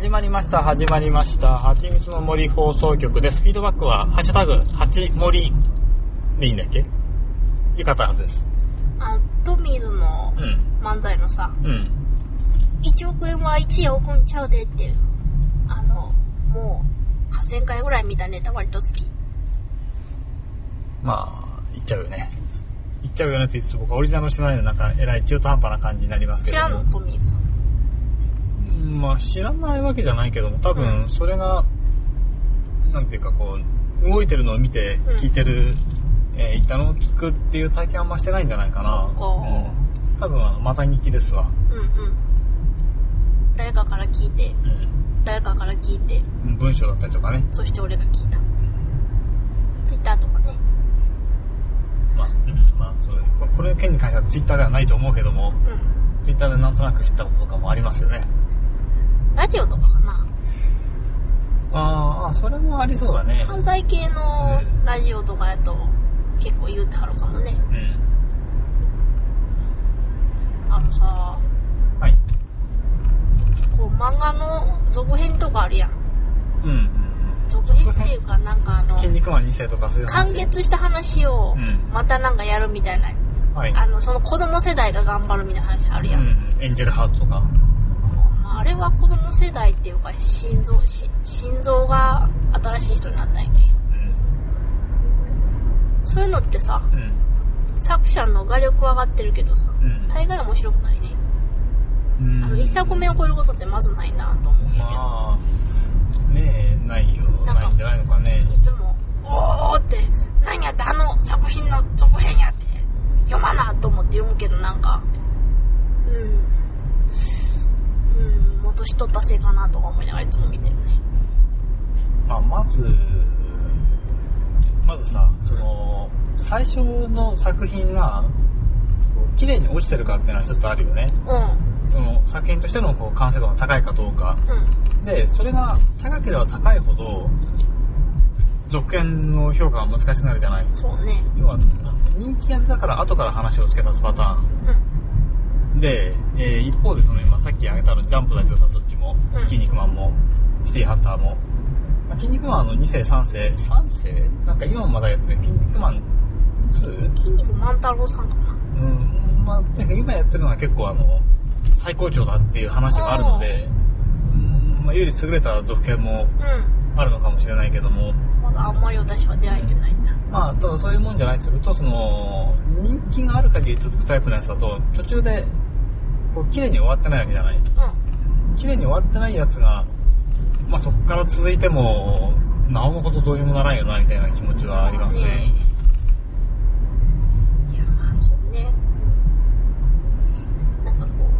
始まりましたはちみつの森放送局です。フィードバックはハッシュタグはちもりでいいんだっけ、よかったはずです。 トミーズの漫才のさ、1億円は一夜置くんちゃうでっていう、もう8000回ぐらい見たネタ割と好き。 まあ言っちゃうよねって言って、僕はオリジナルしてないのなんかえらい中途半端な感じになりますけど、 知らんのトミーズ。 まあ知らないわけじゃないけども、多分それが、なんていうかこう動いてるのを見て聞いてる、言ったのを聞くっていう体験はあんましてないんじゃないかな。多分また日記ですわ。 誰かから聞いて、 文章だったりとかね。 そして俺が聞いた。ツイッターとかね。 そうこれの件に関してはツイッターではないと思うけども、ツイッターでなんとなく知ったこととかもありますよね。 ラジオとかかな。 それもありそうだね。 関西系のラジオとかやと結構言うてはるかもね。さ、こう漫画の続編とかあるやん。続編っていうかなんか筋肉マン2世とかそういう話。 完結した話をまたなんかやるみたいな。その子供世代が頑張るみたいな話あるやん。 エンジェルハートとか。 あれは子供世代っていうか心臓が新しい人になったんやけ。そういうのってさ、作者の画力は上がってるけどさ、大概面白くないね。一作目を超えることってまずないなと思うんやけど。 ねえ、ないよ。ないんじゃないのかね。 いつもおーって何やって作品の続編やって読まなと思って読むけど、なんかもう年取ったせいかなとか思いながらいつも見てるね。まずさ、その最初の作品が綺麗に落ちてるかっていうのはちょっとあるよね。その作品としてのこう完成度が高いかどうか、でそれが高ければ高いほど続編の評価が難しくなるじゃない。 そうね。 要は人気が出たから後から話を付け足すパターン、で、一方でその今さっき挙げたのジャンプだけどさ、どっちも、筋肉マンもシティハンターも、筋肉マンの2世3世なんか今もまだやってる筋肉マン 2？ 筋肉マン太郎さんかな。 とにかく今やってるのは結構最高潮だっていう話があるので、より優れた続編もあるのかもしれないけども、 まだあんまり私は出会えてないんだ。 ただそういうもんじゃないとすると、その人気がある限り続くタイプのやつだと途中でこう綺麗に終わってないわけじゃない。綺麗に終わってないやつが、そこから続いてもなおのことどうにもならんよなみたいな気持ちはありますね。 いやそうね。なんかこう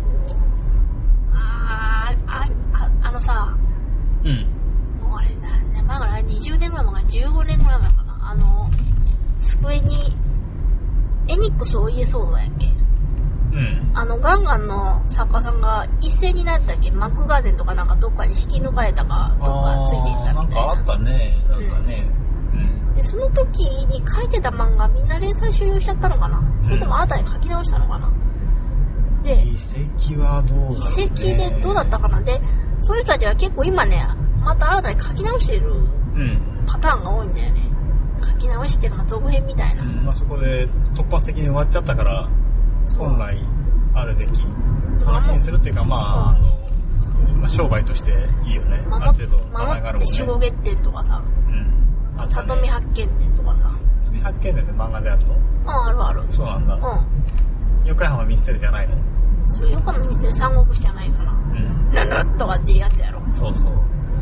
さ、もうあれ何年前から20年ぐらい前から15年ぐらい前かな、スクエニエニックスお家騒動やっけ。ガンガンの作家さんが一斉になったっけ、マックガーデンとかなんかどっかに引き抜かれたかどっかついていったみたいな。 なんかあったね。 でその時に書いてた漫画みんな連載終了しちゃったのかな、それとも新たに書き直したのかな。で遺跡はどうだろうね。 遺跡でどうだったかな。でそういう人たちは結構今ね、また新たに書き直してるパターンが多いんだよね。書き直して続編みたいな。 そこで突発的に終わっちゃったから、本来あるべき話にするっていうか、商売としていいよね。ある程度名前があるもんね。 守護月典とかさ、里見八犬伝とかさ。 里見八犬伝って漫画であるの？ あるある。 そうなんだ。横山ミステルじゃないの？ そう、横山ミステル三国志じゃないから。ぬぬっとかっていうやつやろ。 そうそう。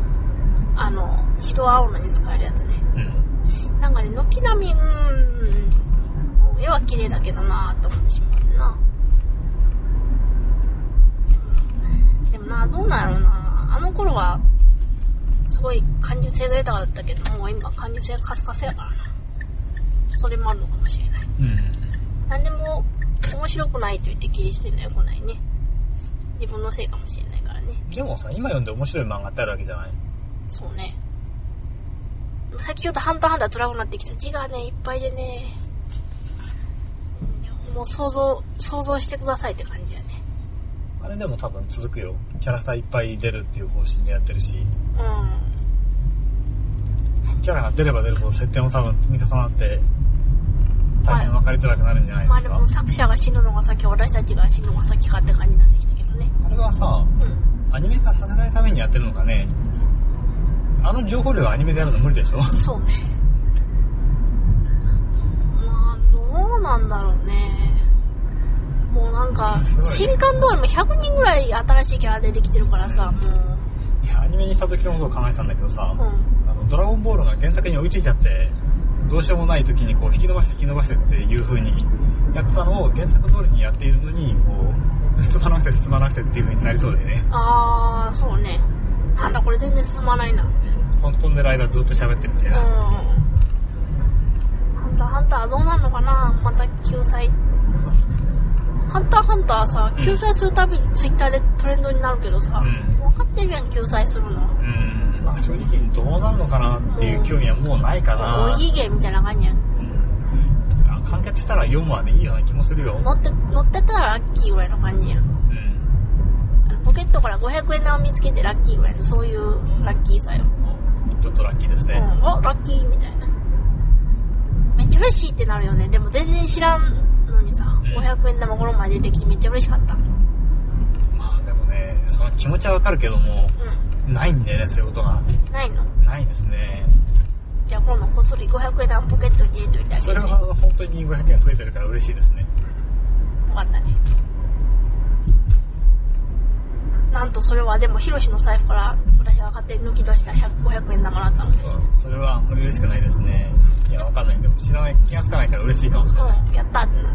人を会うのに使えるやつね。なんかね、軒並み絵は綺麗だけどなーと思ってしまうな。でもな、どうなんやろうな。あの頃はすごい感受性が豊かだったけど、もう今感受性がカスカスやからな。それもあるのかもしれない。何でも面白くないと言って切り捨てるのは良くないね。自分のせいかもしれないからね。 でもさ、今読んで面白い漫画ってあるわけじゃない？ そうね。さっきちょっとハンターハンター辛くなってきた。字がねいっぱいでね、もう想像してくださいって感じやね。 れでも多分続くよ。キャラクターいっぱい出るっていう方針でやってるし、キャラが出れば出るほど設定も多分積み重なって大変分かりづらくなるんじゃないですか。 まあでも作者が死ぬのが先、私たちが死ぬのが先かって感じになってきたけどね。 あれはさ、アニメ化させないためにやってるのかね。あの情報量はアニメでやるの無理でしょ。 そうね。まあどうなんだろうね。もうなんか新刊通りも100人ぐらい新しいキャラ出てきてるからさ、もういやアニメにした時のことを考えてたんだけどさ、ドラゴンボールが原作に追いついちゃってどうしようもない時にこう引き伸ばしてっていう風にやってたのを原作通りにやっているのにこう進まなくてっていう風になりそうでね。 ああそうね。なんだこれ全然進まないな。 飛んでる間ずっと喋ってるみたいな。 ハンターどうなるのかな。また救済ハンターさ、救済するたびにツイッターでトレンドになるけどさ、分かってるやん救済するの。 まあ正直どうなるのかなっていう興味はもうないかな。 おいげみたいな感じやん。 完結したら4話でいいような気もするよ。 乗ってたらラッキーぐらいの感じやん。ポケットから500円玉見つけてラッキーぐらいの、そういうラッキーさよ。 ちょっとラッキーですね。 あ、ラッキーみたいな。めっちゃ嬉しいってなるよね。でも全然知らんのにさ、500円玉この前出てきてめっちゃ嬉しかった。 まあでもね、その気持ちはわかるけども、ないんだよね、そういうことが。 ないの？ ないですね。 じゃあ今度こっそり500円玉ポケットに入れといてあげる、ね。 それは本当に500円増えてるから嬉しいですね。 よかったね。なんとそれはでもヒロシの財布から私が勝手に抜き出した500円玉だったの。 それはあんまり嬉しくないですね。いやわかんない。でも知らない、気がつかないから嬉しいかもしれない。 やったってな。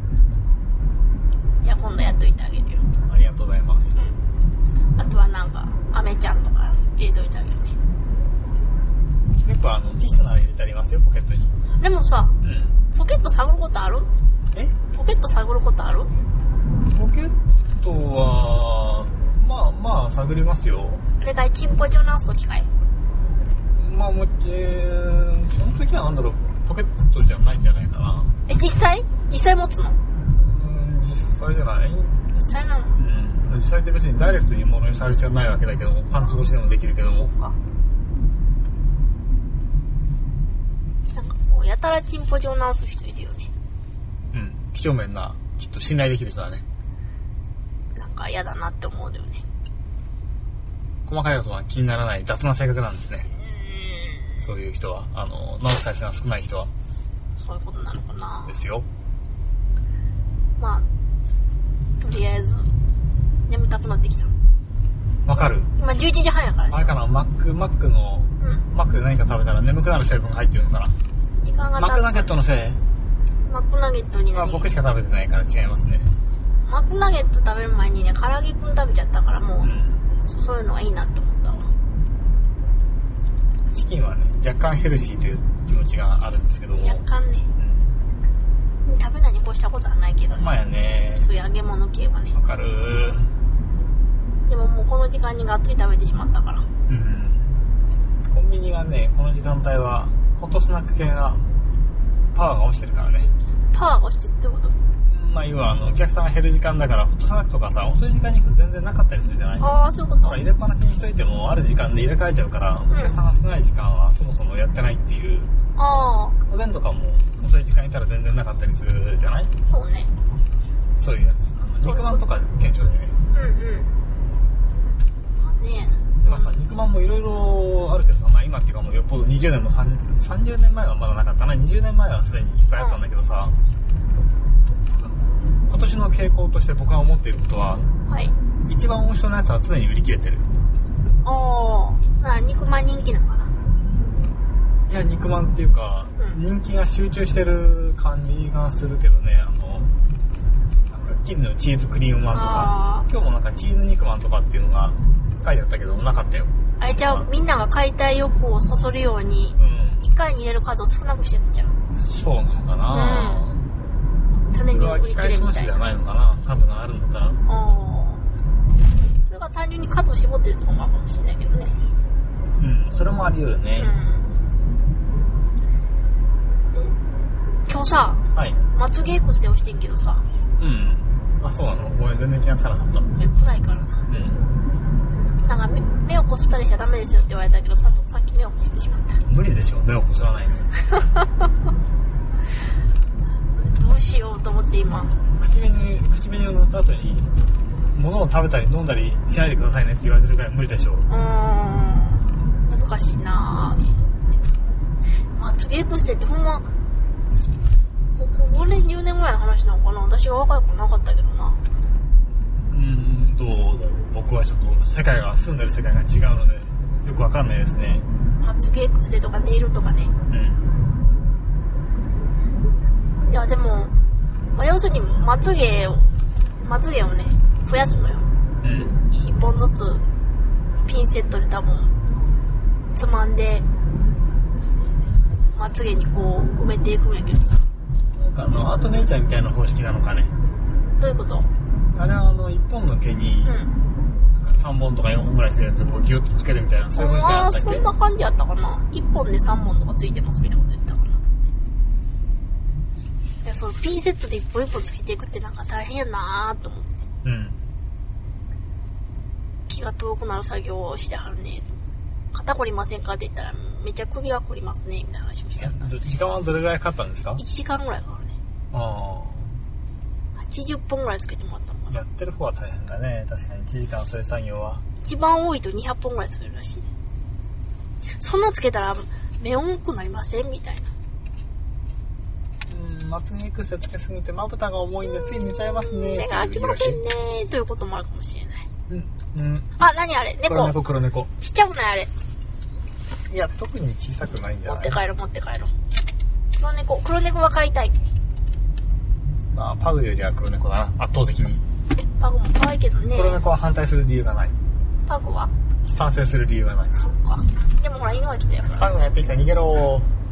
じゃあ今度やっといてあげるよ。 ありがとうございます。 あとはなんかアメちゃんとか入れといてあげるね。 結構ティッシュなら入れてありますよ、ポケットに。 でもさ、ポケット探ることある？ポケット探ることある？ ポケットはまあ探りますよ。 あれかい、チンポジを直すときかい？ まあその時はなんだろう、ポケットじゃないんじゃないかな。 実際持つの？ 実際じゃない？ 実際なの？ 実際って別にダイレクトに物にされる必要ないわけだけども、パンツ越しでもできるけども。 そうか。なんかこうやたらチンポジを直す人いるよね。 几帳面な、きっと信頼できる人だね。 なんか嫌だなって思うよね。 細かいことは気にならない雑な性格なんですね。そういう人は直す回数が少ない人は。 そういうことなのかな。 ですよ。 まあとりあえず眠たくなってきた。 わかる？ 今11時半やからね。 あれかな、マックで何か食べたら眠くなる成分が入ってるのかな。 時間が経つ。 マックナゲットのせい？ マックナゲットに僕しか食べてないから違いますね。 マックナゲット食べる前にね、唐揚げくん食べちゃったからもう、そういうのがいいなって思ったわ。 チキンはね、若干ヘルシーという気持ちがあるんですけども。 若干ね。食べないに越したことはないけどね。 まあやね。 そういう揚げ物系はね。 わかる。 でももうこの時間にがっつり食べてしまったから。 コンビニがね、この時間帯はホットスナック系がパワーが落ちてるからね。 パワーが落ちてるってこと？ まあ要はお客さんが減る時間だから、ホットスナックとかさ、遅い時間に行くと全然なかったりするじゃない？ ああ、そういうこと。 だから入れっぱなしにしといてもある時間で入れ替えちゃうから、お客さんが少ない時間はそもそもやってないっていう。おでんとかも遅い時間にいたら全然なかったりするじゃない？ そうね。 そういうやつ。肉まんとか顕著でね。 まあね。 今さ、肉まんもいろいろあるけどさ、まあ今っていうかもうよっぽど20年も30年前はまだなかったな。20年前はすでにいっぱいあったんだけどさ、今年の傾向として僕が思っていることは、一番美味しそうなやつは常に売り切れてる。 肉まん人気なのかな？ いや、肉まんっていうか、人気が集中してる感じがするけどね。金のチーズクリームまんとか、今日もなんかチーズ肉まんとかっていうのが書いてあったけどなかったよ。 あれじゃあみんなが買いたい欲をそそるように、1回に入れる数を少なくしてるんじゃん。 そうなのかな。 常に売り切れみたいな。 じゃないのかな、数があるんだったら。 それが単純に数を絞ってるところもあるかもしれないけどね。 それもあり得るね。 今日さ、まつげエクステをしてんけどさ、 あ、そうなの？俺全然気がつかなかった。 暗いからな。なんか目をこすったりしちゃダメですよって言われたけどさっき目をこすってしまった。 無理でしょ、目をこすらないの。 どうしようと思って今。 口紅を塗った後に物を食べたり飲んだりしないでくださいねって言われてるから無理でしょ。 難しいなぁ。まつげエクステってほんま5年10年ぐらいの話なのかな。私が若い子なかったけどな。 どうだろう。僕はちょっと住んでる世界が違うのでよくわかんないですね。 まつげエクステとかネイルとかね。いやでも、要するにまつげをね増やすのよ。1本ずつピンセットで多分つまんでまつげにこう埋めていくんやけどさ。 なんかアートネイチャーみたいな方式なのかね。 どういうこと？ あれは1本の毛に3本とか4本ぐらいするやつをギュッとつけるみたいな、そういう風になったっけ？ そんな感じやったかな。1本で3本とかついてますみたいなこと言ったかな。いや、そのピンセットで1本1本つけていくってなんか大変やなーと思って。気が遠くなる作業をしてはるね。肩凝りませんかって言ったらめっちゃ首が凝りますねみたいな話をしてはった。 時間はどれぐらいかかったんですか？ 1 時間ぐらいかかるね。80本ぐらいつけてもらったのかな。 やってる方は大変だね。確かに1時間そういう作業は。 一番多いと200本ぐらいつけるらしいね。そんなつけたら目重くなりませんみたいな。 まつげエクステつけすぎてまぶたが重いんでつい寝ちゃいますね。 目が開きませんねということもあるかもしれない。あ、何あれ？猫。 黒猫。 ちっちゃくないあれ？ いや、特に小さくないんじゃない？ 持って帰ろう。黒猫は飼いたい。 まあ、パグよりは黒猫だな、圧倒的に。 パグも可愛いけどね。 黒猫は反対する理由がない。 パグは賛成する理由がない。 そっか。でもほら、犬が来たよ。 パグがやってきた、逃げろー。